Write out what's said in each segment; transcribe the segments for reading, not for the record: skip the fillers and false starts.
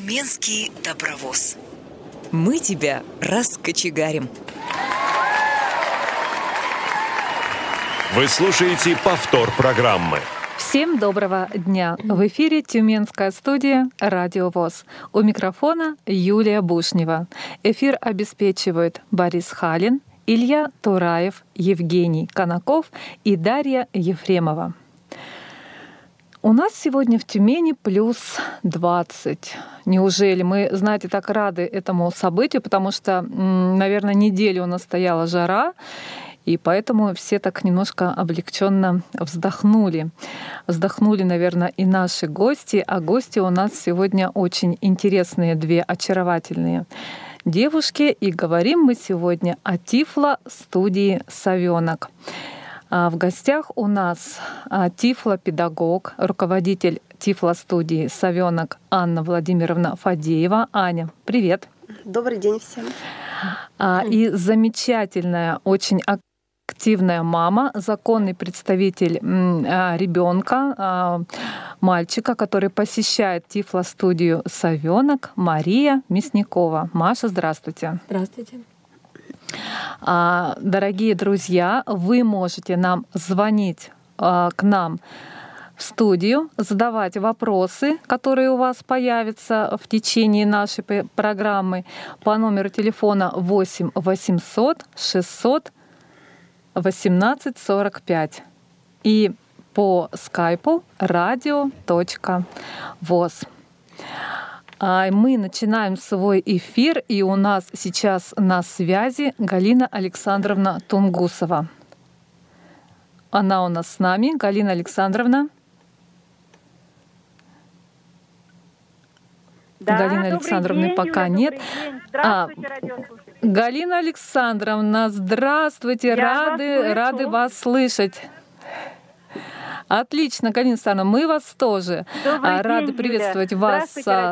Тюменский добровоз. Мы тебя раскочегарим. Вы слушаете повтор программы. Всем доброго дня! В эфире Тюменская студия «Радио ВОС». У микрофона Юлия Бушнева. Эфир обеспечивают Борис Халин, Илья Тураев, Евгений Конаков и Дарья Ефремова. У нас сегодня в Тюмени плюс 20. Неужели? Мы, знаете, так рады этому событию, потому что, наверное, неделю у нас стояла жара, и поэтому все так немножко облегченно вздохнули. Вздохнули, наверное, и наши гости. А гости у нас сегодня очень интересные, две очаровательные девушки. И говорим мы сегодня о Тифло-студии «Совёнок». В гостях у нас тифлопедагог, руководитель Тифло-студии «Совёнок» Анна Владимировна Фадеева. Аня, привет. Добрый день всем. И замечательная, очень активная мама, законный представитель ребенка, мальчика, который посещает Тифло-студию «Совёнок», Мария Мясникова. Маша, здравствуйте. Здравствуйте. Дорогие друзья, вы можете нам звонить к нам в студию, задавать вопросы, которые у вас появятся в течение нашей программы по номеру телефона 8 800 600 18 45 и по скайпу radio.voz. Мы начинаем свой эфир, и у нас сейчас на связи Галина Александровна Тунгусова. Она у нас с нами. Галина Александровна. Да, Галины Александровны пока Юля, нет. Здравствуйте, радиослушатели. Галина Александровна, здравствуйте. Рады вас слышать. Отлично, Галина Александровна, мы вас тоже рады приветствовать вас.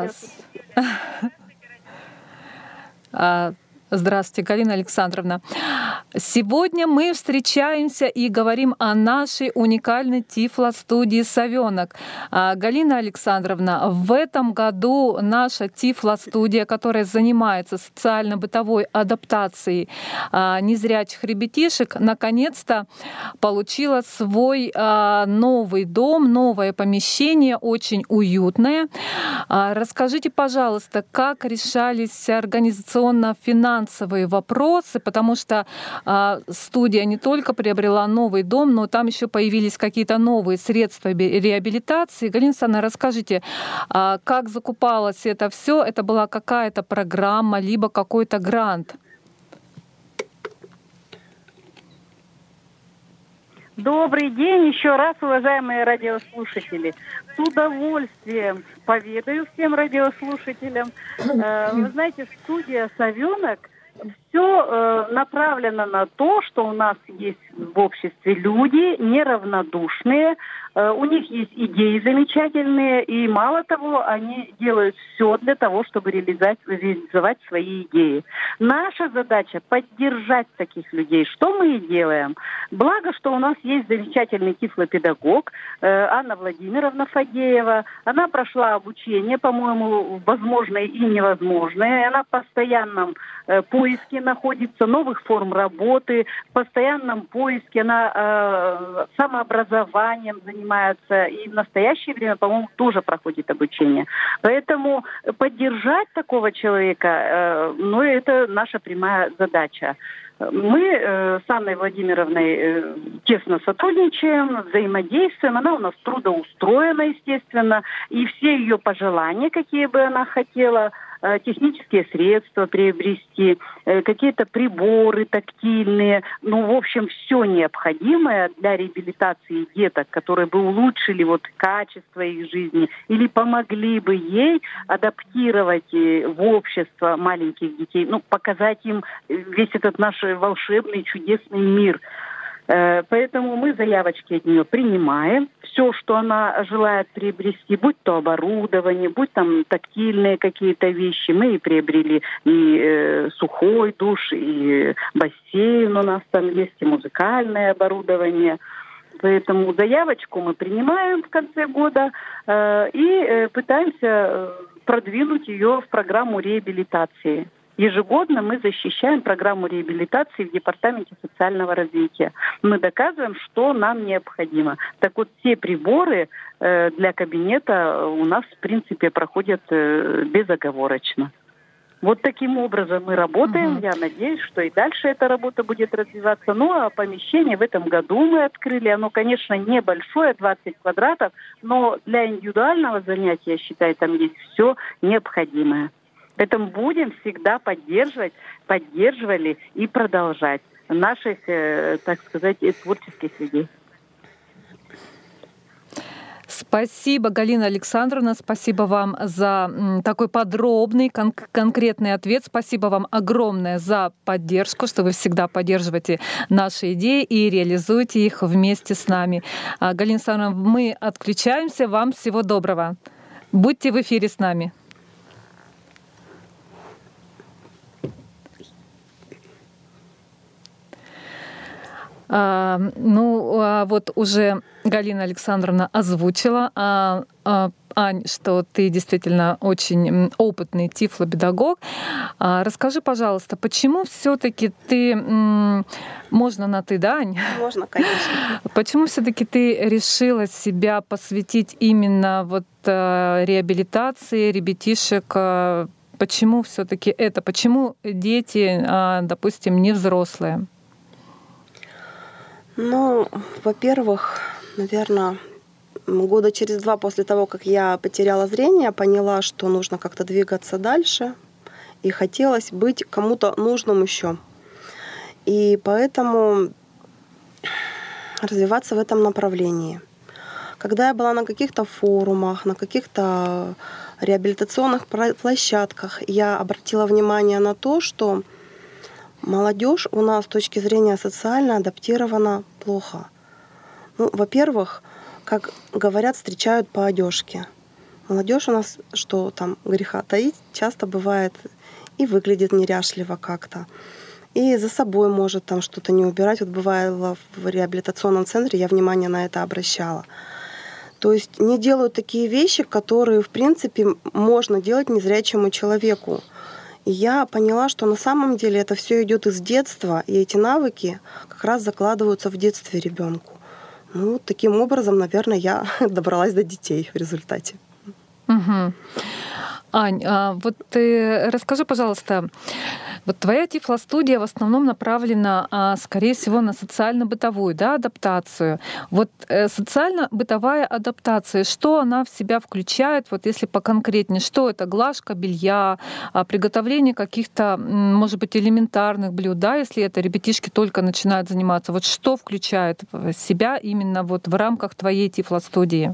Здравствуйте, Галина Александровна. Сегодня мы встречаемся и говорим о нашей уникальной Тифло-студии «Совёнок». Галина Александровна, в этом году наша Тифло-студия, которая занимается социально-бытовой адаптацией незрячих ребятишек, наконец-то получила свой новый дом, новое помещение, очень уютное. Расскажите, пожалуйста, как решались организационно-финансовые вопросы, потому что студия не только приобрела новый дом, но там еще появились какие-то новые средства реабилитации. Галина Александровна, расскажите, как закупалось это все? Это была какая-то программа, либо какой-то грант? Добрый день еще раз, уважаемые радиослушатели. С удовольствием поведаю всем радиослушателям. Вы знаете, студия «Совёнок» все направлено на то, что у нас есть в обществе люди неравнодушные, у них есть идеи замечательные, и мало того, они делают все для того, чтобы реализовать свои идеи. Наша задача — поддержать таких людей. Что мы и делаем? Благо, что у нас есть замечательный тифлопедагог Анна Владимировна Фадеева. Она прошла обучение, по-моему, возможное и невозможное. Она в постоянном поиске находится, новых форм работы, в постоянном поиске. Она самообразованием занимается и в настоящее время, по-моему, тоже проходит обучение. Поэтому поддержать такого человека, это наша прямая задача. Мы с Анной Владимировной тесно сотрудничаем, взаимодействуем. Она у нас трудоустроена, естественно, и все ее пожелания, какие бы она хотела, технические средства приобрести, какие-то приборы тактильные, в общем, все необходимое для реабилитации деток, которые бы улучшили качество их жизни или помогли бы ей адаптировать в общество маленьких детей, показать им весь этот наш волшебный, чудесный мир. Поэтому мы заявочки от нее принимаем. Все, что она желает приобрести, будь то оборудование, будь там тактильные какие-то вещи, мы и приобрели и сухой душ, и бассейн у нас там есть, и музыкальное оборудование. Поэтому заявочку мы принимаем в конце года и пытаемся продвинуть ее в программу реабилитации. Ежегодно мы защищаем программу реабилитации в Департаменте социального развития. Мы доказываем, что нам необходимо. Так вот, все приборы для кабинета у нас, в принципе, проходят безоговорочно. Вот таким образом мы работаем. Я надеюсь, что и дальше эта работа будет развиваться. Ну, а помещение в этом году мы открыли. Оно, конечно, небольшое, 20 квадратов, но для индивидуального занятия, я считаю, там есть все необходимое. Поэтому будем всегда поддерживали и продолжать в наших, так сказать, творческих людей. Спасибо, Галина Александровна, спасибо вам за такой подробный, конкретный ответ. Спасибо вам огромное за поддержку, что вы всегда поддерживаете наши идеи и реализуете их вместе с нами. Галина Александровна, мы отключаемся. Вам всего доброго. Будьте в эфире с нами. Вот уже Галина Александровна озвучила, Ань, что ты действительно очень опытный тифлопедагог. Расскажи, пожалуйста, почему все-таки ты, можно на ты, да, Ань? Можно, конечно. Почему все-таки ты решила себя посвятить именно вот реабилитации ребятишек? Почему все-таки это? Почему дети, допустим, не взрослые? Ну, во-первых, наверное, года через 2 после того, как я потеряла зрение, поняла, что нужно как-то двигаться дальше, и хотелось быть кому-то нужным еще. И поэтому развиваться в этом направлении. Когда я была на каких-то форумах, на каких-то реабилитационных площадках, я обратила внимание на то, что молодежь у нас с точки зрения социально адаптирована плохо. Ну, во-первых, как говорят, встречают по одежке. Молодежь у нас, что там греха таить, часто бывает и выглядит неряшливо как-то. И за собой может там что-то не убирать. Вот бывало в реабилитационном центре, я внимание на это обращала. То есть не делают такие вещи, которые, в принципе, можно делать незрячему человеку. И я поняла, что на самом деле это все идет из детства, и эти навыки как раз закладываются в детстве ребенку. Ну, таким образом, наверное, я добралась до детей в результате. Угу. Ань, вот ты расскажи, пожалуйста, вот твоя тифлостудия в основном направлена, скорее всего, на социально-бытовую, да, адаптацию. Вот социально-бытовая адаптация, что она в себя включает, вот если поконкретнее, что это глажка белья, приготовление каких-то, может быть, элементарных блюд, да, если это ребятишки только начинают заниматься, вот что включает в себя именно вот в рамках твоей тифлостудии?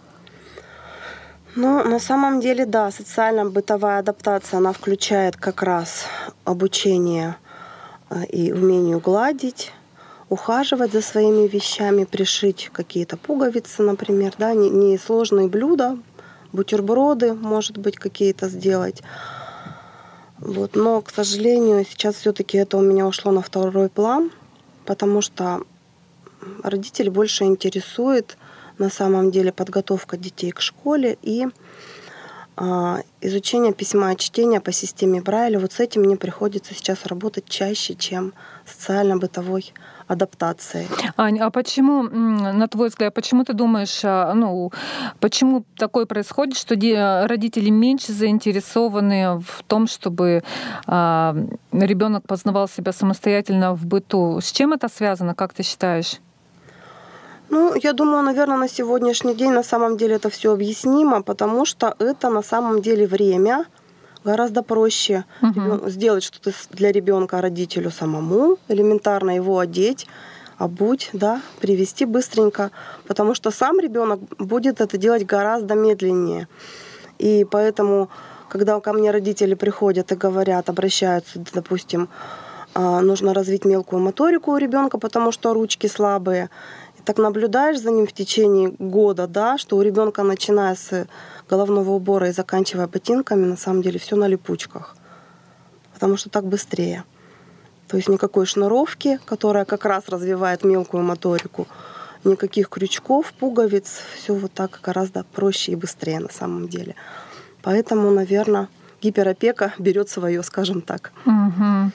Ну, на самом деле, да, социально-бытовая адаптация, она включает как раз обучение и умению гладить, ухаживать за своими вещами, пришить какие-то пуговицы, например, да, несложные блюда, бутерброды, может быть, какие-то сделать. Вот. Но, к сожалению, сейчас все-таки это у меня ушло на второй план, потому что родители больше интересует на самом деле подготовка детей к школе и изучение письма и чтения по системе Брайля. Вот с этим мне приходится сейчас работать чаще, чем социально-бытовой адаптацией. Ань, а почему, на твой взгляд, почему ты думаешь, почему такое происходит, что родители меньше заинтересованы в том, чтобы ребенок познавал себя самостоятельно в быту? С чем это связано, как ты считаешь? Ну, я думаю, наверное, на сегодняшний день на самом деле это все объяснимо, потому что это на самом деле время гораздо проще сделать что-то для ребенка родителю самому, элементарно его одеть, обуть, да, привести быстренько, потому что сам ребенок будет это делать гораздо медленнее. И поэтому, когда ко мне родители приходят и говорят, обращаются, допустим, нужно развить мелкую моторику у ребенка, потому что ручки слабые. И так наблюдаешь за ним в течение года, да, что у ребенка, начиная с головного убора и заканчивая ботинками, на самом деле все на липучках. Потому что так быстрее. То есть никакой шнуровки, которая как раз развивает мелкую моторику, никаких крючков, пуговиц, все вот так гораздо проще и быстрее на самом деле. Поэтому, наверное, гиперопека берет свое, скажем так. Угу.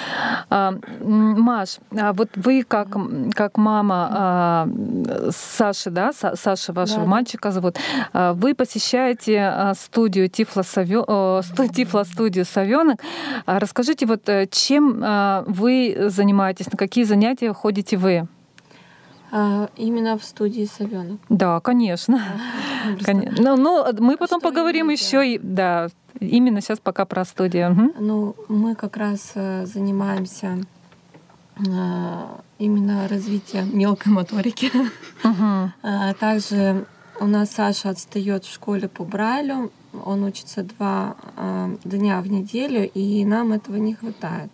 Маш, вот вы как мама Саши, да, Саша вашего мальчика зовут, вы посещаете студию Тифло-студию «Совёнок». Расскажите, вот чем вы занимаетесь, на какие занятия ходите вы? Именно в студии «Совёнок». Да, конечно. Ну, мы потом поговорим еще и да. Именно сейчас пока про студию. Угу. Ну, мы как раз занимаемся именно развитием мелкой моторики. Угу. Также у нас Саша отстает в школе по Брайлю. Он учится 2 дня в неделю, и нам этого не хватает.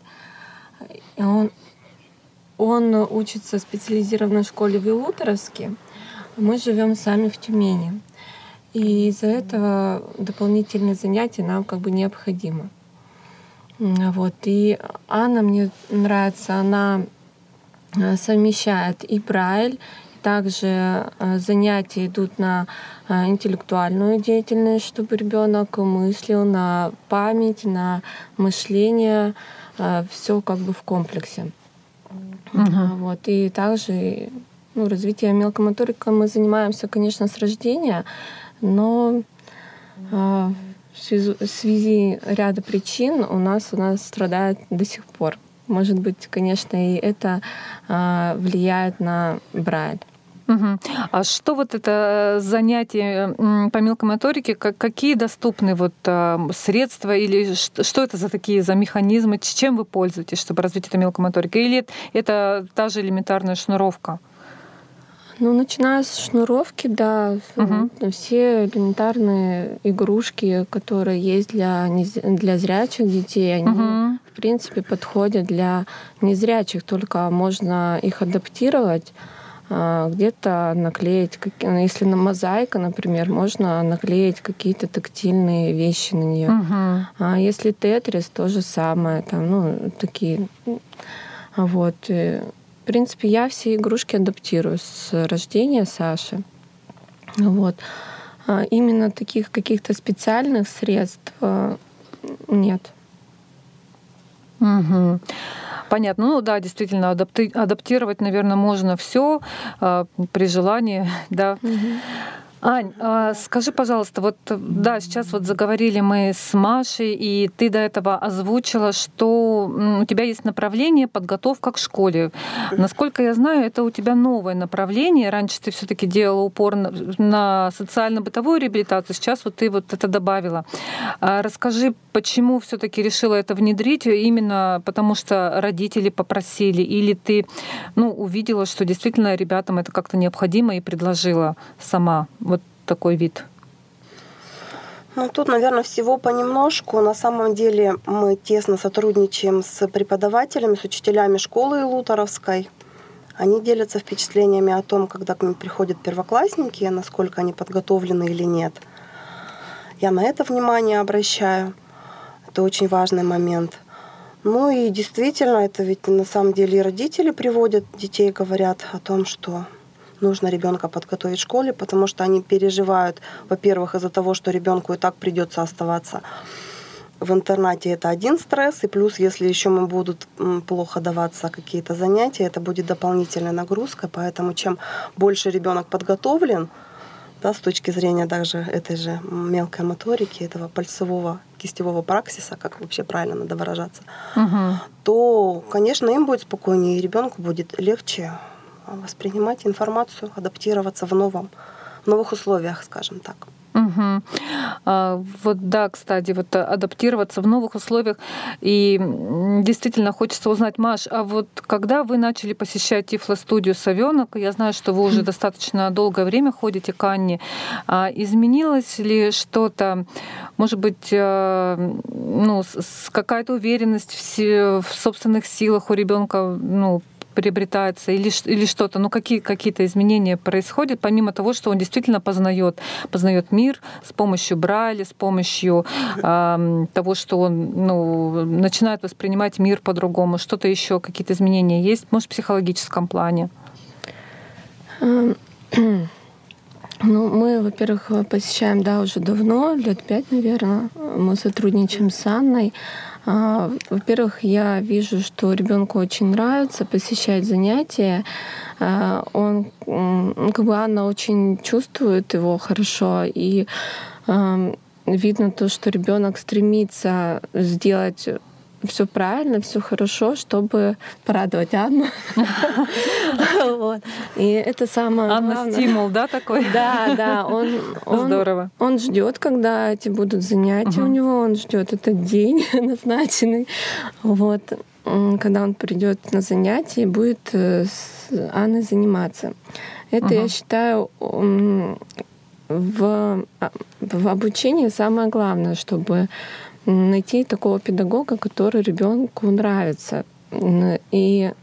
Он учится в специализированной школе в Илуторовске. Мы живем сами в Тюмени. И из-за этого дополнительные занятия нам как бы необходимы. Вот. И Анна, мне нравится, она совмещает и Брайль, также занятия идут на интеллектуальную деятельность, чтобы ребенок мыслил, на память, на мышление, все как бы в комплексе. Вот. И также развитием мелкой моторики мы занимаемся, конечно, с рождения, но в связи ряда причин у нас страдает до сих пор. Может быть, конечно, и это влияет на Брайль. Угу. А что вот это занятие по мелкой моторике, какие доступны вот средства или что это за механизмы, чем вы пользуетесь, чтобы развить эту мелкую моторику? Или это та же элементарная шнуровка? Ну, начиная с шнуровки, да, все элементарные игрушки, которые есть для зрячих детей, они, в принципе, подходят для незрячих, только можно их адаптировать, где-то наклеить, если на мозаика, например, можно наклеить какие-то тактильные вещи на нее. А если тетрис, то же самое, там, такие, вот. В принципе, я все игрушки адаптирую с рождения Саши. Вот. Именно таких каких-то специальных средств нет. Угу. Понятно. Ну да, действительно, адаптировать, наверное, можно все при желании, да. Ань, скажи, пожалуйста, вот да, сейчас вот заговорили мы с Машей, и ты до этого озвучила, что у тебя есть направление подготовка к школе. Насколько я знаю, это у тебя новое направление. Раньше ты все-таки делала упор на социально-бытовую реабилитацию, сейчас вот ты вот это добавила. Расскажи, почему все-таки решила это внедрить? Именно потому что родители попросили, или ты увидела, что действительно ребятам это как-то необходимо и предложила сама вот такой вид? Тут, наверное, всего понемножку. На самом деле мы тесно сотрудничаем с преподавателями, с учителями школы Илуторовской. Они делятся впечатлениями о том, когда к ним приходят первоклассники, насколько они подготовлены или нет. Я на это внимание обращаю. Это очень важный момент. И действительно, это ведь на самом деле и родители приводят детей, говорят о том, что нужно ребенка подготовить в школе, потому что они переживают, во-первых, из-за того, что ребенку и так придется оставаться в интернате, это один стресс, и плюс, если еще ему будут плохо даваться какие-то занятия, это будет дополнительной нагрузкой, поэтому чем больше ребенок подготовлен, да, с точки зрения даже этой же мелкой моторики, этого пальцевого кистевого праксиса, как вообще правильно надо выражаться, то, конечно, им будет спокойнее, и ребенку будет легче воспринимать информацию, адаптироваться в новых условиях, скажем так. Угу. Вот да, кстати, вот адаптироваться в новых условиях. И действительно хочется узнать, Маш, а вот когда вы начали посещать Тифло-студию «Совёнок», я знаю, что вы уже достаточно долгое время ходите к Анне, изменилось ли что-то, может быть, какая-то уверенность в собственных силах у ребенка, приобретается или что-то, какие-то изменения происходят, помимо того, что он действительно познает мир с помощью Брайля, с помощью того, что он начинает воспринимать мир по-другому. Что-то еще, какие-то изменения есть, может, в психологическом плане? Ну, мы, во-первых, посещаем, да, уже давно, лет 5, наверное. Мы сотрудничаем с Анной. Во-первых, я вижу, что ребенку очень нравится посещать занятия. Он, как бы Анна очень чувствует его хорошо, и видно то, что ребенок стремится сделать все правильно, все хорошо, чтобы порадовать Анну. И это самое главное. Анна стимул, да, такой? Да. Здорово. Он ждет, когда эти будут занятия у него, он ждет этот день назначенный. Вот. Когда он придет на занятия и будет с Анной заниматься. Это, я считаю, в обучении самое главное, чтобы найти такого педагога, который ребенку нравится. И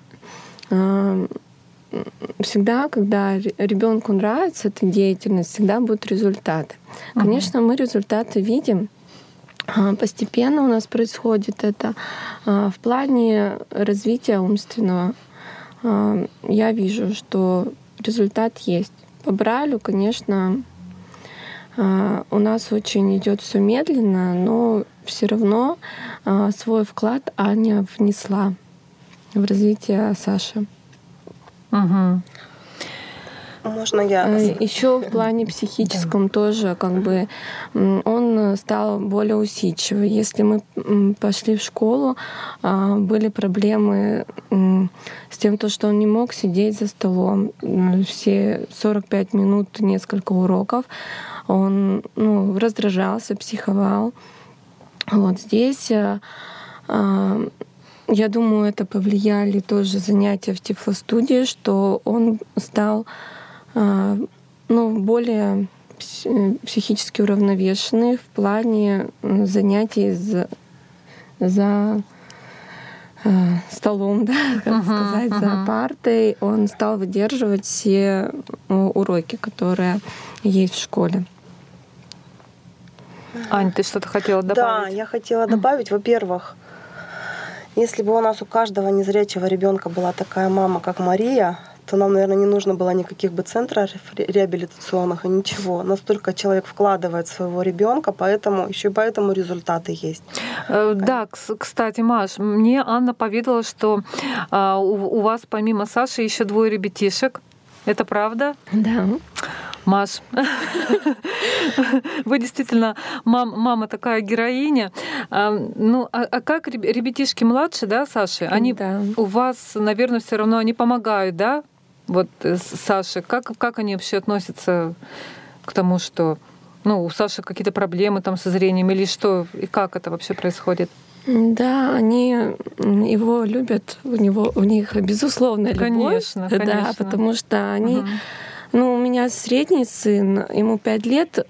всегда, когда ребенку нравится эта деятельность, всегда будут результаты. Конечно, мы результаты видим. Постепенно у нас происходит это. В плане развития умственного я вижу, что результат есть. По Брайлю, конечно, у нас очень идет все медленно, но все равно свой вклад Аня внесла в развитие Саши. Можно я? Еще в плане психическом тоже, как бы, он стал более усидчивый. Если мы пошли в школу, были проблемы с тем, что он не мог сидеть за столом все 45 минут, несколько уроков. Он раздражался, психовал. Вот здесь, я думаю, это повлияли тоже занятия в тифлостудии, что он стал более психически уравновешенный в плане занятий за столом, да, как сказать, за партой. Он стал выдерживать все уроки, которые есть в школе. Ань, ты что-то хотела добавить? Да, я хотела добавить, во-первых, если бы у каждого незрячего ребенка была такая мама, как Мария, то нам, наверное, не нужно было никаких бы центров реабилитационных и ничего. Настолько человек вкладывает в своего ребенка, поэтому результаты есть. Да, кстати, Маш, мне Анна поведала, что у вас помимо Саши еще 2 ребятишек. Это правда? Да. Маш, вы действительно мама такая героиня. А как ребятишки младше, да, Саши? Они у вас, наверное, все равно они помогают, да? Вот Саше, как они вообще относятся к тому, что у Саши какие-то проблемы там со зрением или что, и как это вообще происходит? Да, они его любят, у них безусловная любовь. Конечно. Да, потому что они... у меня средний сын, ему 5 лет,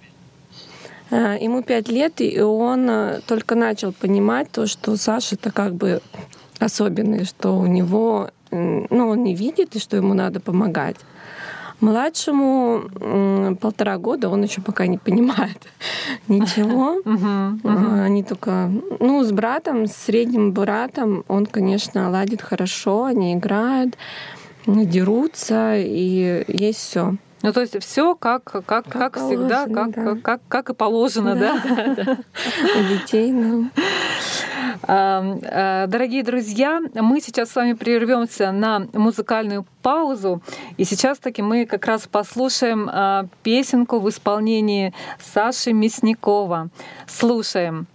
и он только начал понимать то, что Саша-то как бы особенный, что у него, он не видит, и что ему надо помогать. Младшему 1,5 года, он еще пока не понимает ничего. Они только, с братом, с средним братом, он, конечно, ладит хорошо, они играют, дерутся, и есть все. То есть все как всегда, как и положено, да? У детей, Дорогие друзья, мы сейчас с вами прервемся на музыкальную паузу, и сейчас таки мы как раз послушаем песенку в исполнении Саши Мясникова. Слушаем.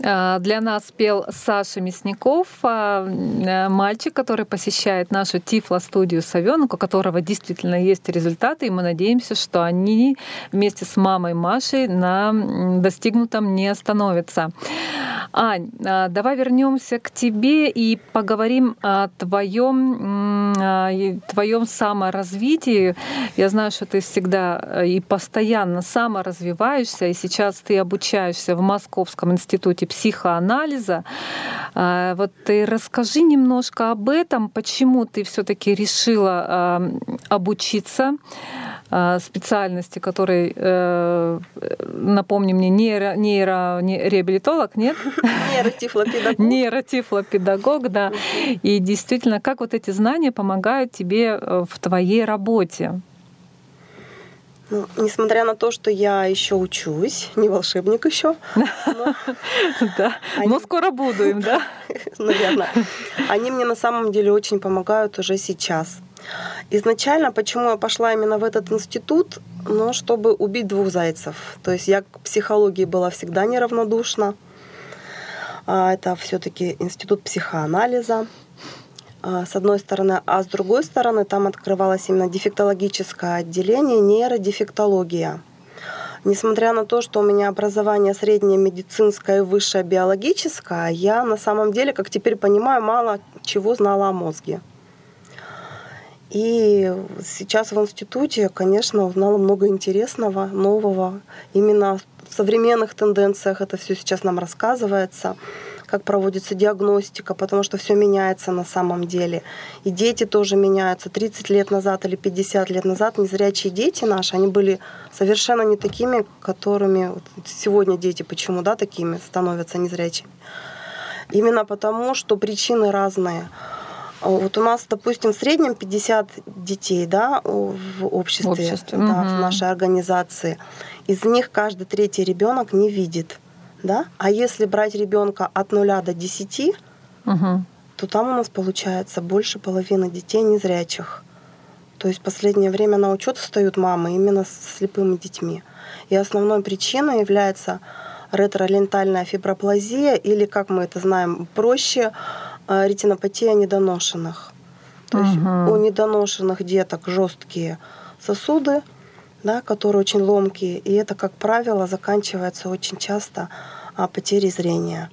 Для нас пел Саша Мясников, мальчик, который посещает нашу Тифло-студию «Совёнок», у которого действительно есть результаты, и мы надеемся, что они вместе с мамой Машей на достигнутом не остановятся. Ань, давай вернемся к тебе и поговорим о твоем саморазвитии. Я знаю, что ты всегда и постоянно саморазвиваешься, и сейчас ты обучаешься в Московском институте психоанализа. Вот ты расскажи немножко об этом, почему ты все-таки решила обучиться специальности, которой, напомни мне, нейрореабилитолог, нет? Нейротифлопедагог. Нейротифлопедагог, да. И действительно, как вот эти знания помогают тебе в твоей работе? Ну, несмотря на то, что я еще учусь, не волшебник еще. Но скоро буду им, да? Наверное. Они мне на самом деле очень помогают уже сейчас. Изначально, почему я пошла именно в этот институт, ну, чтобы убить двух зайцев. То есть я к психологии была всегда неравнодушна. Это все-таки институт психоанализа, с одной стороны, а с другой стороны там открывалось именно дефектологическое отделение, нейродефектология. Несмотря на то, что у меня образование среднее медицинское и высшее биологическое, я на самом деле, как теперь понимаю, мало чего знала о мозге. И сейчас в институте, конечно, узнала много интересного, нового. Именно в современных тенденциях это все сейчас нам рассказывается, как проводится диагностика, потому что все меняется на самом деле. И дети тоже меняются. 30 лет назад или 50 лет назад незрячие дети наши, они были совершенно не такими, которыми вот сегодня дети почему, да, такими становятся незрячими. Именно потому, что причины разные. Вот у нас, допустим, в среднем 50 детей, да, в обществе. Да, в нашей организации. Из них каждый третий ребенок не видит. Да? А если брать ребенка от 0 до 10, то там у нас получается больше половины детей незрячих. То есть в последнее время на учет встают мамы именно с слепыми детьми. И основной причиной является ретролентальная фиброплазия, или, как мы это знаем проще, ретинопатия недоношенных. То есть у недоношенных деток жесткие сосуды, да, которые очень ломкие, и это, как правило, заканчивается очень часто потерей зрения.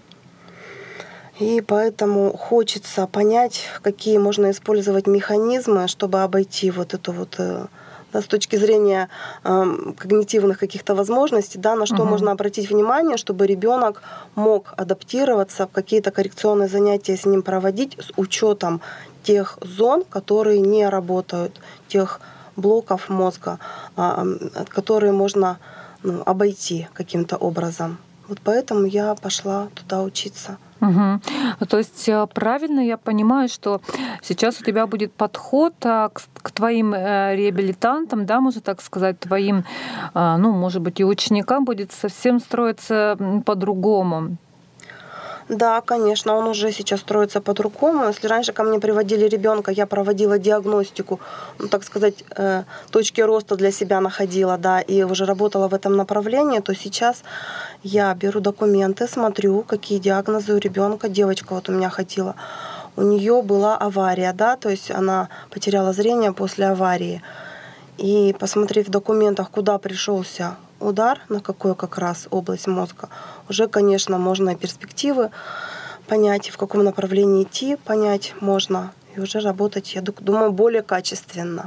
И поэтому хочется понять, какие можно использовать механизмы, чтобы обойти вот эту вот, да, с точки зрения когнитивных каких-то возможностей, да, на что можно обратить внимание, чтобы ребенок мог адаптироваться, какие-то коррекционные занятия с ним проводить с учетом тех зон, которые не работают, тех блоков мозга, которые можно обойти каким-то образом. Вот поэтому я пошла туда учиться. То есть правильно я понимаю, что сейчас у тебя будет подход к твоим реабилитантам, да, можно так сказать, твоим, ну, может быть, и ученикам будет совсем строиться по-другому. Да, конечно, он уже сейчас строится по-другому. Если раньше ко мне приводили ребенка, я проводила диагностику, ну, так сказать, точки роста для себя находила, да, и уже работала в этом направлении, то сейчас я беру документы, смотрю, какие диагнозы у ребенка. Девочка вот у меня ходила, у нее была авария, да, то есть она потеряла зрение после аварии. И посмотрев в документах, куда пришелся удар, на какую как раз область мозга, уже, конечно, можно и перспективы понять, в каком направлении идти, понять можно, и уже работать, я думаю, более качественно.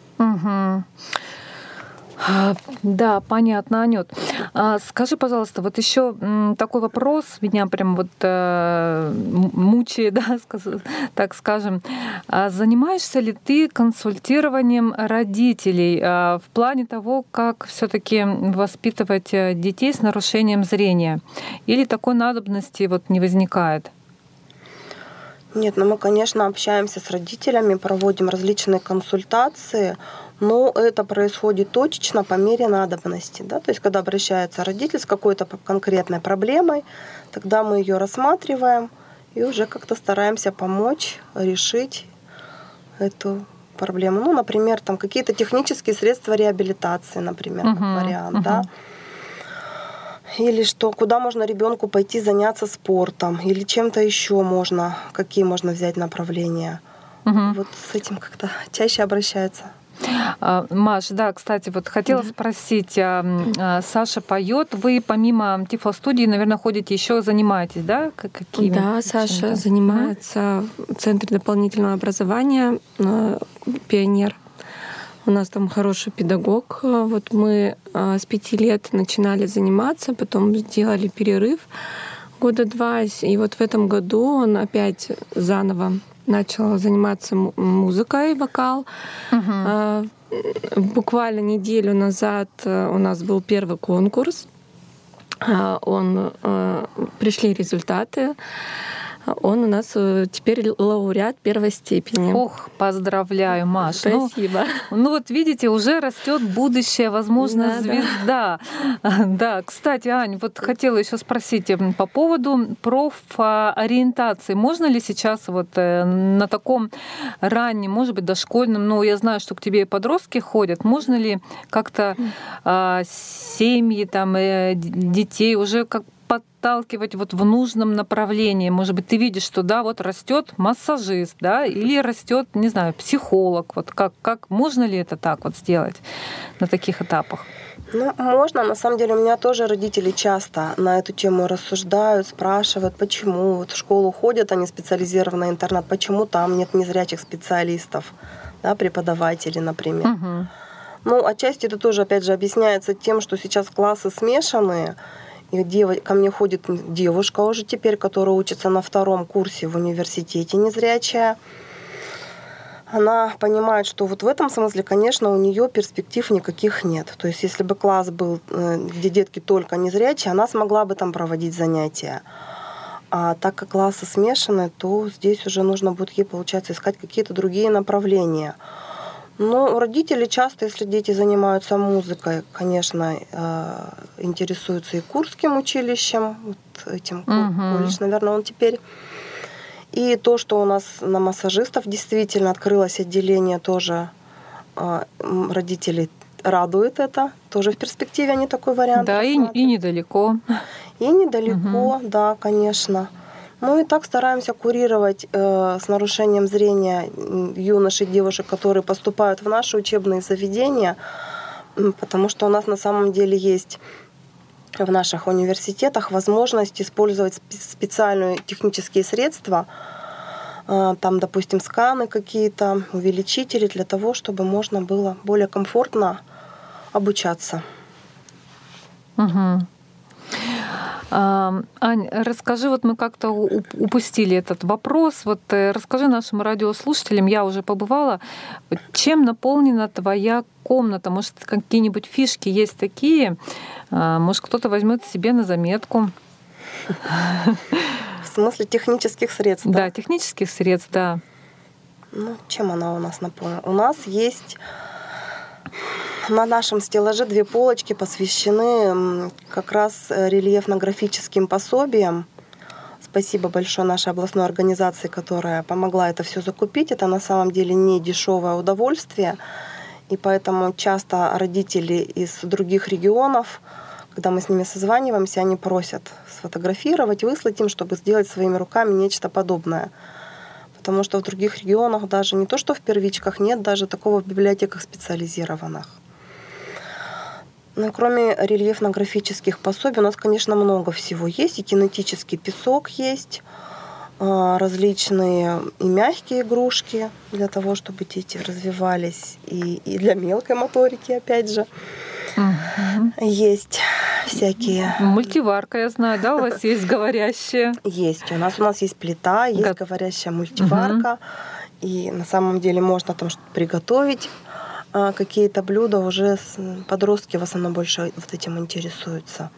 Да, понятно, Анют. Скажи, пожалуйста, вот еще такой вопрос меня прям вот мучает, да, так скажем. Занимаешься ли ты консультированием родителей в плане того, как все-таки воспитывать детей с нарушением зрения? Или такой надобности вот не возникает? Нет, ну мы, конечно, общаемся с родителями, проводим различные консультации, но это происходит точечно по мере надобности. Да? То есть, когда обращается родитель с какой-то конкретной проблемой, тогда мы ее рассматриваем и уже как-то стараемся помочь решить эту проблему. Ну, например, там какие-то технические средства реабилитации, например, как вариант. Да? Или что, куда можно ребенку пойти заняться спортом, или чем-то еще можно, какие можно взять направления. Вот с этим как-то чаще обращаются. Маш, да, кстати, вот хотела спросить, Саша поет, вы помимо Тифлостудии, наверное, ходите еще занимаетесь, да? Какими? Да, Саша занимается в Центре дополнительного образования «Пионер». У нас там хороший педагог. Вот мы с 5 лет начинали заниматься, потом сделали перерыв 2 года, и вот в этом году он опять заново начал заниматься музыкой, вокал. Буквально неделю назад у нас был первый конкурс. Пришли результаты. Он у нас теперь лауреат 1 степени. Ох, поздравляю, Маш. Спасибо. Ну вот видите, уже растет будущая, возможно, звезда. Да, кстати, Ань, вот хотела еще спросить по поводу профориентации. Можно ли сейчас вот на таком раннем, может быть, дошкольном, но я знаю, что к тебе и подростки ходят, можно ли как-то семьи, там, детей уже как подталкивать вот в нужном направлении? Может быть, ты видишь, что да, вот растет массажист, да, или растет, не знаю, психолог. Вот как можно ли это так вот сделать на таких этапах? Ну, можно. На самом деле у меня тоже родители часто на эту тему рассуждают, спрашивают, почему вот в школу ходят они специализированный интернат, почему там нет незрячих специалистов, да, преподавателей, например. Ну, отчасти это тоже, опять же, объясняется тем, что сейчас классы смешанные. И ко мне ходит девушка уже теперь, которая учится на 2 курсе в университете, незрячая. Она понимает, что вот в этом смысле, конечно, у нее перспектив никаких нет. То есть если бы класс был, где детки только незрячие, она смогла бы там проводить занятия. А так как классы смешаны, то здесь уже нужно будет ей, получается, искать какие-то другие направления. Но родители часто, если дети занимаются музыкой, конечно, интересуются и Курским училищем, вот этим колледж, наверное, он теперь. И то, что у нас на массажистов действительно открылось отделение, тоже родителей радует это. Тоже в перспективе они такой вариант. Да, и недалеко. И недалеко, да, конечно. Ну и так стараемся курировать с нарушением зрения юношей, девушек, которые поступают в наши учебные заведения, потому что у нас на самом деле есть в наших университетах возможность использовать специальные технические средства, там, допустим, сканы какие-то, увеличители, для того, чтобы можно было более комфортно обучаться. Ань, расскажи, вот мы как-то упустили этот вопрос. Вот расскажи нашим радиослушателям, я уже побывала, чем наполнена твоя комната? Может, какие-нибудь фишки есть такие? Может, кто-то возьмет себе на заметку? В смысле технических средств? Да, технических средств, да. Ну, чем она у нас наполнена? У нас есть на нашем стеллаже 2 полочки, посвящены как раз рельефно-графическим пособиям. Спасибо большое нашей областной организации, которая помогла это все закупить. Это на самом деле не дешевое удовольствие. И поэтому часто родители из других регионов, когда мы с ними созваниваемся, они просят сфотографировать, выслать им, чтобы сделать своими руками нечто подобное. Потому что в других регионах даже не то, что в первичках, нет даже такого в библиотеках специализированных. Но кроме рельефно-графических пособий у нас, конечно, много всего есть. И кинетический песок есть, различные и мягкие игрушки для того, чтобы дети развивались, и для мелкой моторики, опять же. Есть всякие... Мультиварка, я знаю, да, у вас есть говорящая? Есть. У нас есть плита, есть говорящая мультиварка. И на самом деле можно там что-то приготовить. Какие-то блюда уже подростки в основном больше вот этим интересуются.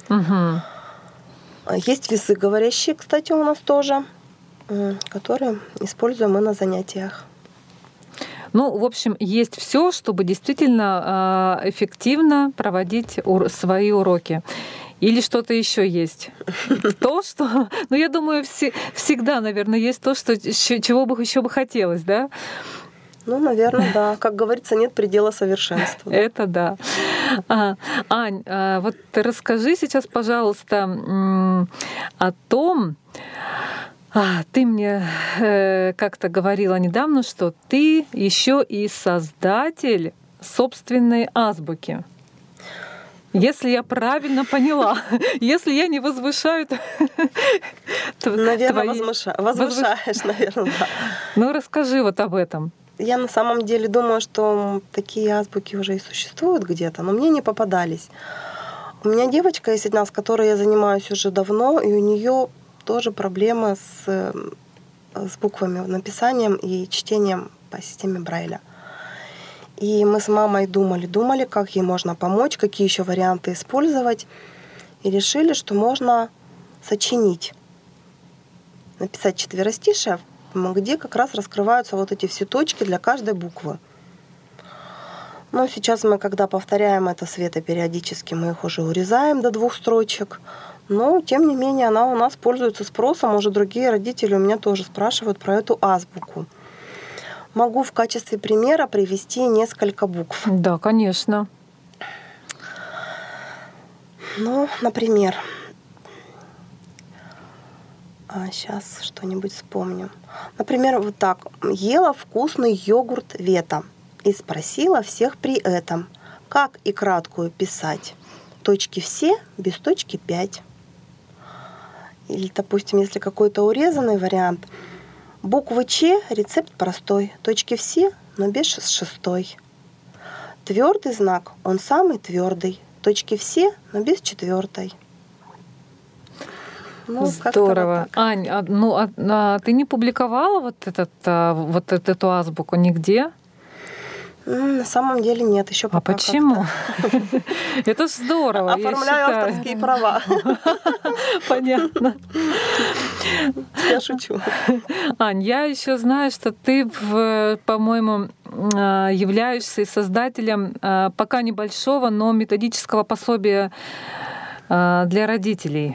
Есть весы говорящие, кстати, у нас тоже, которые используем мы на занятиях. Ну, в общем, есть все, чтобы действительно эффективно проводить свои уроки. Или что-то еще есть? То, что... Ну, я думаю, всегда, наверное, есть то, чего бы еще бы хотелось, да? Ну, наверное, да. Как говорится, нет предела совершенства. Это да. Ань, вот расскажи сейчас, пожалуйста, о том, ты мне как-то говорила недавно, что ты еще и создатель собственной азбуки. Если я правильно поняла, если я не возвышаю, то наверное, возвышаешь, наверное, да. Ну, расскажи вот об этом. Я на самом деле думаю, что такие азбуки уже и существуют где-то, но мне не попадались. У меня девочка есть одна, с которой я занимаюсь уже давно, и у нее тоже проблемы с буквами, написанием и чтением по системе Брайля. И мы с мамой думали, как ей можно помочь, какие еще варианты использовать. И решили, что можно сочинить, написать четверостишие, где как раз раскрываются вот эти все точки для каждой буквы. Но сейчас мы, когда повторяем это с Светой периодически, мы их уже урезаем до 2 строчек. Но, тем не менее, она у нас пользуется спросом. Уже другие родители у меня тоже спрашивают про эту азбуку. Могу в качестве примера привести несколько букв. Да, конечно. Ну, например, сейчас что-нибудь вспомню. Например, вот так. Ела вкусный йогурт Вета и спросила всех при этом, как и краткую писать. Точки все, без точки 5. Или, допустим, если какой-то урезанный вариант. Буквы Ч рецепт простой. Точки все, но без 6. Твердый знак, он самый твердый. Точки все, но без 4. Ну, здорово. Вот Ань, ты не публиковала вот эту азбуку нигде? На самом деле нет, еще пока. А почему? Это ж здорово. Оформляю авторские права. Понятно. Я шучу. Ань, я еще знаю, что ты, по-моему, являешься создателем пока небольшого, но методического пособия для родителей.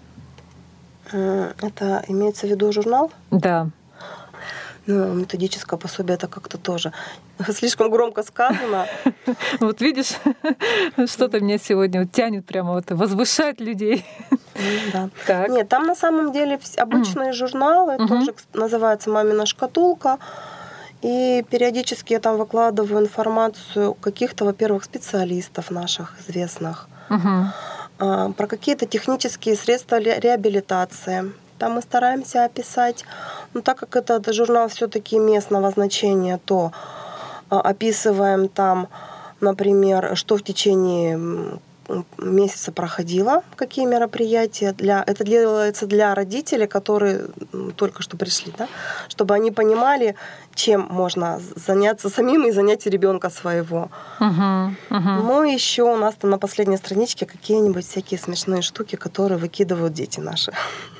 Это имеется в виду журнал? Да. Ну, методическое пособие — это как-то тоже слишком громко сказано. Вот видишь, что-то меня сегодня тянет прямо вот возвышать людей. Да. Нет, там на самом деле обычные журналы, тоже называется «Мамина шкатулка». И периодически я там выкладываю информацию каких-то, во-первых, специалистов наших известных, про какие-то технические средства реабилитации. Там мы стараемся описать. Но так как это журнал все-таки местного значения, то описываем там, например, что в течение месяца проходило, какие мероприятия. Это делается для родителей, которые только что пришли, да? Чтобы они понимали, чем можно заняться самим и занять ребенка своего. Ну, еще у нас там на последней страничке какие-нибудь всякие смешные штуки, которые выкидывают дети наши.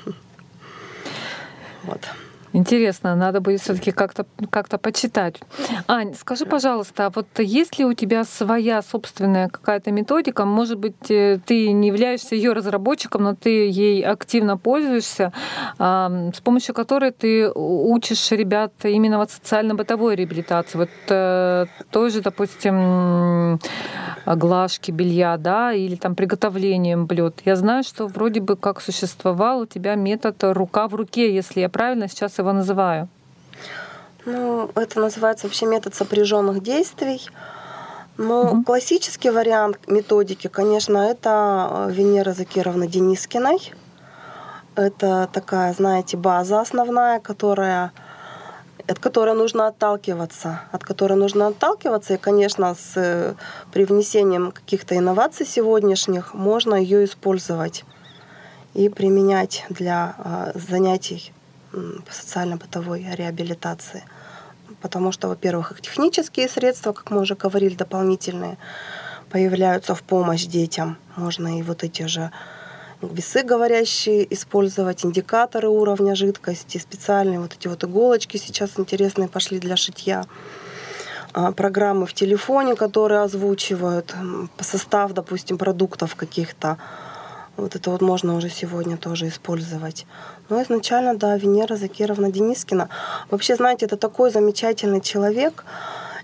Вот. Интересно, надо будет все-таки как-то почитать. Ань, скажи, пожалуйста, а вот есть ли у тебя своя собственная какая-то методика? Может быть, ты не являешься ее разработчиком, но ты ей активно пользуешься, с помощью которой ты учишь ребят именно вот социально-бытовой реабилитации, вот той же, допустим, глажки белья, да, или там приготовлением блюд. Я знаю, что вроде бы как существовал у тебя метод рука в руке, если я правильно сейчас его называю. Ну, это называется вообще метод сопряженных действий. Но классический вариант методики, конечно, это Венеры Закировны Денискиной. Это такая, знаете, база основная, от которой нужно отталкиваться. И, конечно, с привнесением каких-то инноваций сегодняшних можно ее использовать и применять для занятий по социально-бытовой реабилитации. Потому что, во-первых, их технические средства, как мы уже говорили, дополнительные, появляются в помощь детям. Можно и вот эти же весы говорящие использовать, индикаторы уровня жидкости, специальные вот эти вот иголочки сейчас интересные пошли для шитья. Программы в телефоне, которые озвучивают состав, допустим, продуктов каких-то. Вот это вот можно уже сегодня тоже использовать. Но изначально, да, Венера Закировна Денискина. Вообще, знаете, это такой замечательный человек.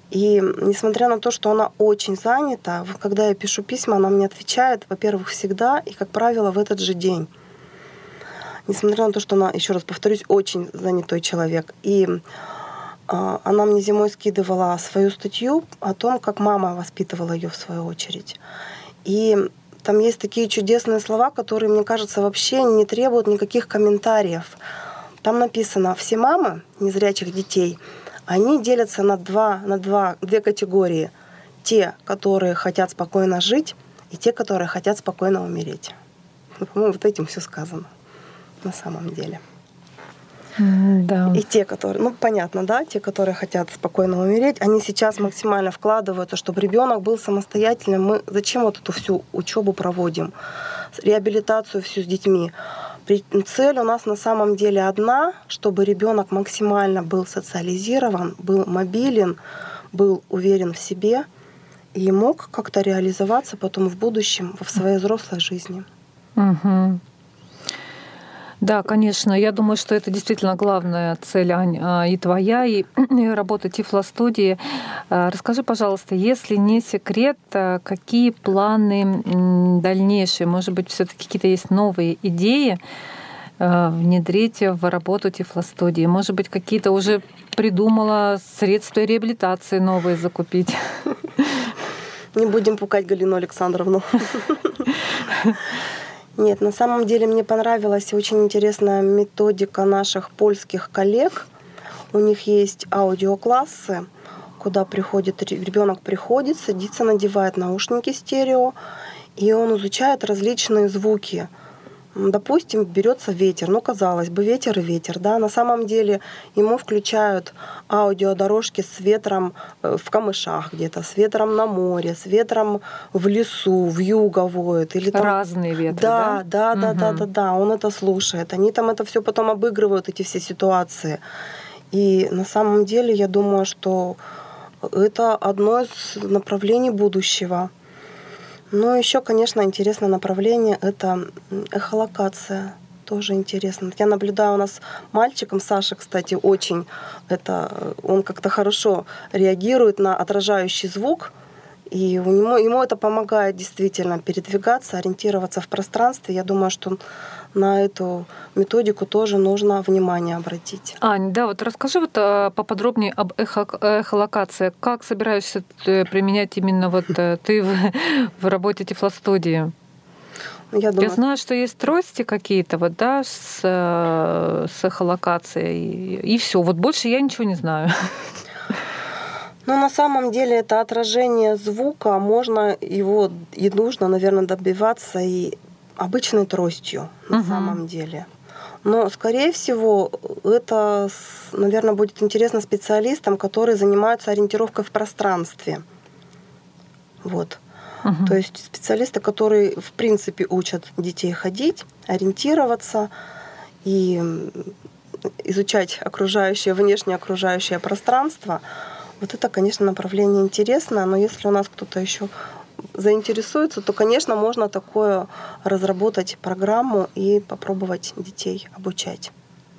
И несмотря на то, что она очень занята, когда я пишу письма, она мне отвечает, во-первых, всегда и, как правило, в этот же день. Несмотря на то, что она, еще раз повторюсь, очень занятой человек. И она мне зимой скидывала свою статью о том, как мама воспитывала ее в свою очередь. И там есть такие чудесные слова, которые, мне кажется, вообще не требуют никаких комментариев. Там написано: все мамы незрячих детей, они делятся на две категории. Те, которые хотят спокойно жить, и те, которые хотят спокойно умереть. По-моему, вот этим все сказано на самом деле. Да. И те, которые, понятно, да, те, которые хотят спокойно умереть, они сейчас максимально вкладываются, чтобы ребенок был самостоятельным. Мы зачем вот эту всю учебу проводим, реабилитацию всю с детьми? Цель у нас на самом деле одна, чтобы ребенок максимально был социализирован, был мобилен, был уверен в себе и мог как-то реализоваться потом в будущем в своей взрослой жизни. Угу. Да, конечно. Я думаю, что это действительно главная цель, Ань, и твоя, и работа Тифлостудии. Расскажи, пожалуйста, если не секрет, какие планы дальнейшие? Может быть, все-таки какие-то есть новые идеи внедрить в работу Тифлостудии? Может быть, какие-то уже придумала средства реабилитации новые закупить? Не будем пугать Галину Александровну. Нет, на самом деле мне понравилась очень интересная методика наших польских коллег. У них есть аудиоклассы, куда ребенок приходит, садится, надевает наушники стерео, и он изучает различные звуки. Допустим, берется ветер. Казалось бы, ветер и ветер. Да? На самом деле ему включают аудиодорожки с ветром в камышах где-то, с ветром на море, с ветром в лесу, вьюга воет. Или там... Разные ветры, да? Да. Он это слушает. Они там это все потом обыгрывают, эти все ситуации. И на самом деле я думаю, что это одно из направлений будущего. Но еще, конечно, интересное направление — это эхолокация. Тоже интересно. Я наблюдаю у нас мальчиком, Саша, кстати, очень он как-то хорошо реагирует на отражающий звук. И ему это помогает действительно передвигаться, ориентироваться в пространстве. Я думаю, что на эту методику тоже нужно внимание обратить. Ань, да, вот расскажи поподробнее об эхолокации. Как собираешься применять именно ты в работе Тифлостудии? Я знаю, что есть трости какие-то, с эхолокацией, и все. Больше я ничего не знаю. На самом деле это отражение звука, можно его и нужно, наверное, добиваться и обычной тростью на самом деле. Но, скорее всего, это, наверное, будет интересно специалистам, которые занимаются ориентировкой в пространстве. То есть специалисты, которые, в принципе, учат детей ходить, ориентироваться и изучать внешнее окружающее пространство. Это, конечно, направление интересное, но если у нас кто-то еще заинтересуется, то, конечно, можно такое разработать программу и попробовать детей обучать.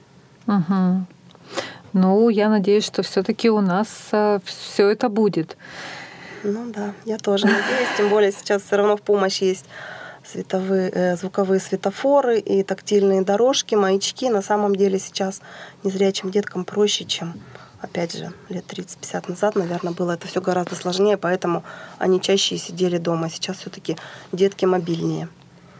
Я надеюсь, что все-таки у нас все это будет. Да, я тоже надеюсь. Тем более сейчас все равно в помощь есть звуковые светофоры и тактильные дорожки, маячки. На самом деле сейчас незрячим деткам проще, чем, опять же, лет 30-50 назад, наверное, было это все гораздо сложнее, поэтому они чаще сидели дома. Сейчас все-таки детки мобильнее.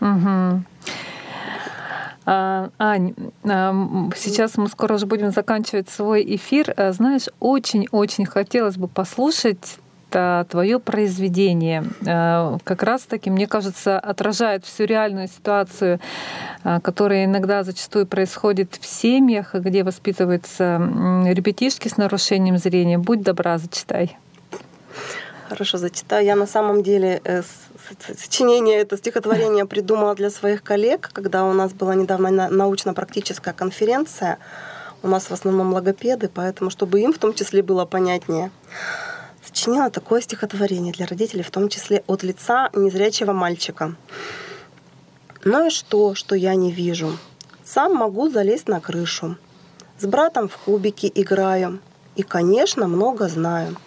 Ань, сейчас мы скоро уже будем заканчивать свой эфир. Знаешь, очень-очень хотелось бы послушать твое произведение. Как раз-таки, мне кажется, отражает всю реальную ситуацию, которая иногда зачастую происходит в семьях, где воспитываются ребятишки с нарушением зрения. Будь добра, зачитай. Хорошо, зачитаю. Я на самом деле это стихотворение придумала для своих коллег, когда у нас была недавно научно-практическая конференция. У нас в основном логопеды, поэтому, чтобы им в том числе было понятнее, сочинила такое стихотворение для родителей, в том числе от лица незрячего мальчика. «Ну и что я не вижу? Сам могу залезть на крышу. С братом в кубики играю. И, конечно, много знаю.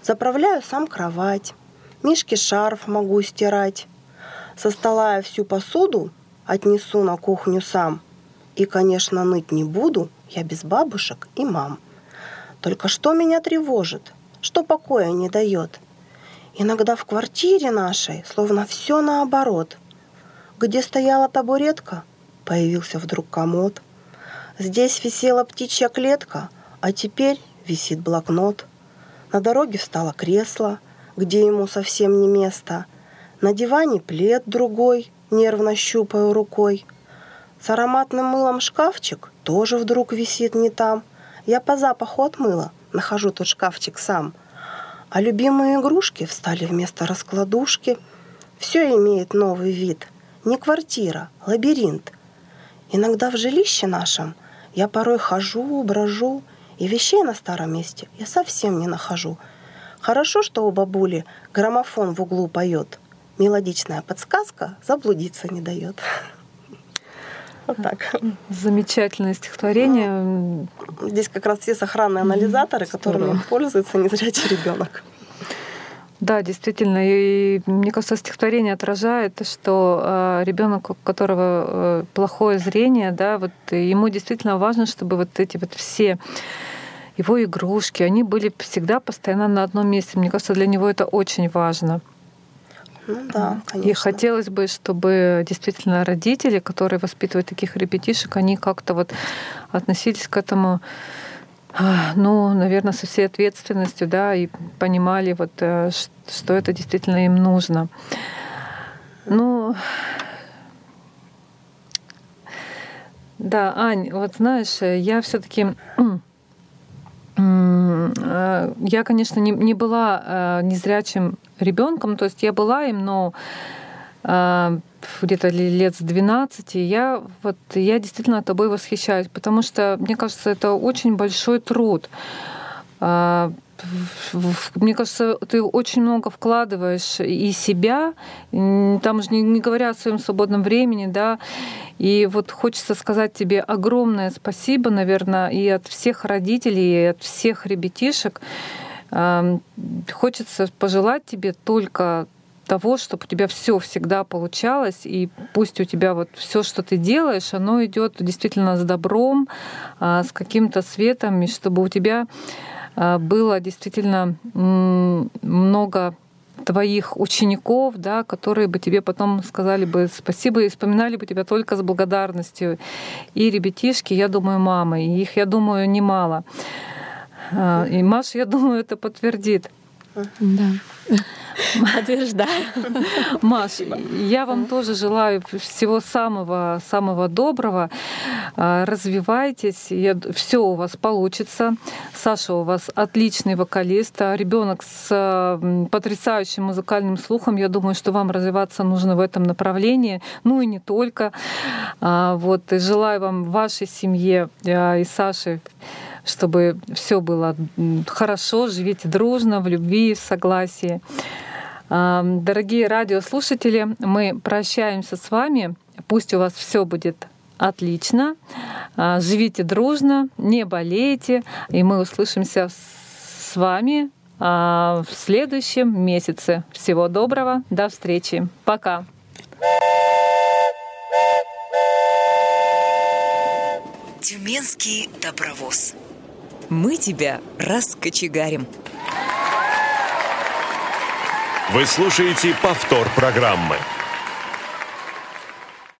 Заправляю сам кровать, Мишке шарф могу стирать. Со стола я всю посуду отнесу на кухню сам. И, конечно, ныть не буду я без бабушек и мам. Только что меня тревожит, что покоя не дает? Иногда в квартире нашей словно все наоборот. Где стояла табуретка, появился вдруг комод. Здесь висела птичья клетка, а теперь висит блокнот. На дороге встало кресло, где ему совсем не место. На диване плед другой, нервно щупаю рукой. С ароматным мылом шкафчик тоже вдруг висит не там. Я по запаху от мыла нахожу тот шкафчик сам. А любимые игрушки встали вместо раскладушки. Все имеет новый вид. Не квартира, лабиринт. Иногда в жилище нашем я порой хожу, брожу, и вещей на старом месте я совсем не нахожу. Хорошо, что у бабули граммофон в углу поет. Мелодичная подсказка заблудиться не дает. Вот так. Замечательное стихотворение. Здесь как раз все сохранные анализаторы, которыми пользуется незрячий ребенок. Да, действительно. И мне кажется, стихотворение отражает, что ребенок, у которого плохое зрение, да, вот ему действительно важно, чтобы вот эти вот все его игрушки, они были всегда постоянно на одном месте. Мне кажется, для него это очень важно. Ну да, конечно. И хотелось бы, чтобы действительно родители, которые воспитывают таких ребятишек, они как-то вот относились к этому, ну, наверное, со всей ответственностью, да, и понимали вот, что это действительно им нужно. Ну, да, Ань, вот знаешь, я все-таки я, конечно, не была незрячим ребенком, то есть я была им, но где-то лет с 12, я действительно тобой восхищаюсь, потому что, мне кажется, это очень большой труд. Мне кажется, ты очень много вкладываешь и себя, там же не говоря о своем свободном времени, да, и вот хочется сказать тебе огромное спасибо, наверное, и от всех родителей, и от всех ребятишек. Хочется пожелать тебе только того, чтобы у тебя все всегда получалось, и пусть у тебя вот все, что ты делаешь, оно идет действительно с добром, с каким-то светом, и чтобы у тебя было действительно много твоих учеников, да, которые бы тебе потом сказали бы спасибо и вспоминали бы тебя только с благодарностью. И ребятишки, я думаю, мамы, и их, я думаю, немало. И Маша, я думаю, это подтвердит. Да. Подтверждаю. Маш, я вам тоже желаю всего самого доброго. Развивайтесь, все у вас получится. Саша у вас отличный вокалист, ребенок с потрясающим музыкальным слухом. Я думаю, что вам развиваться нужно в этом направлении. Ну и не только. Вот, и желаю вам в вашей семье и Саше, чтобы все было хорошо, живите дружно, в любви, в согласии. Дорогие радиослушатели, мы прощаемся с вами. Пусть у вас все будет отлично. Живите дружно, не болейте. И мы услышимся с вами в следующем месяце. Всего доброго, до встречи. Пока. Тюменский добровоз. Мы тебя раскочегарим. Вы слушаете повтор программы.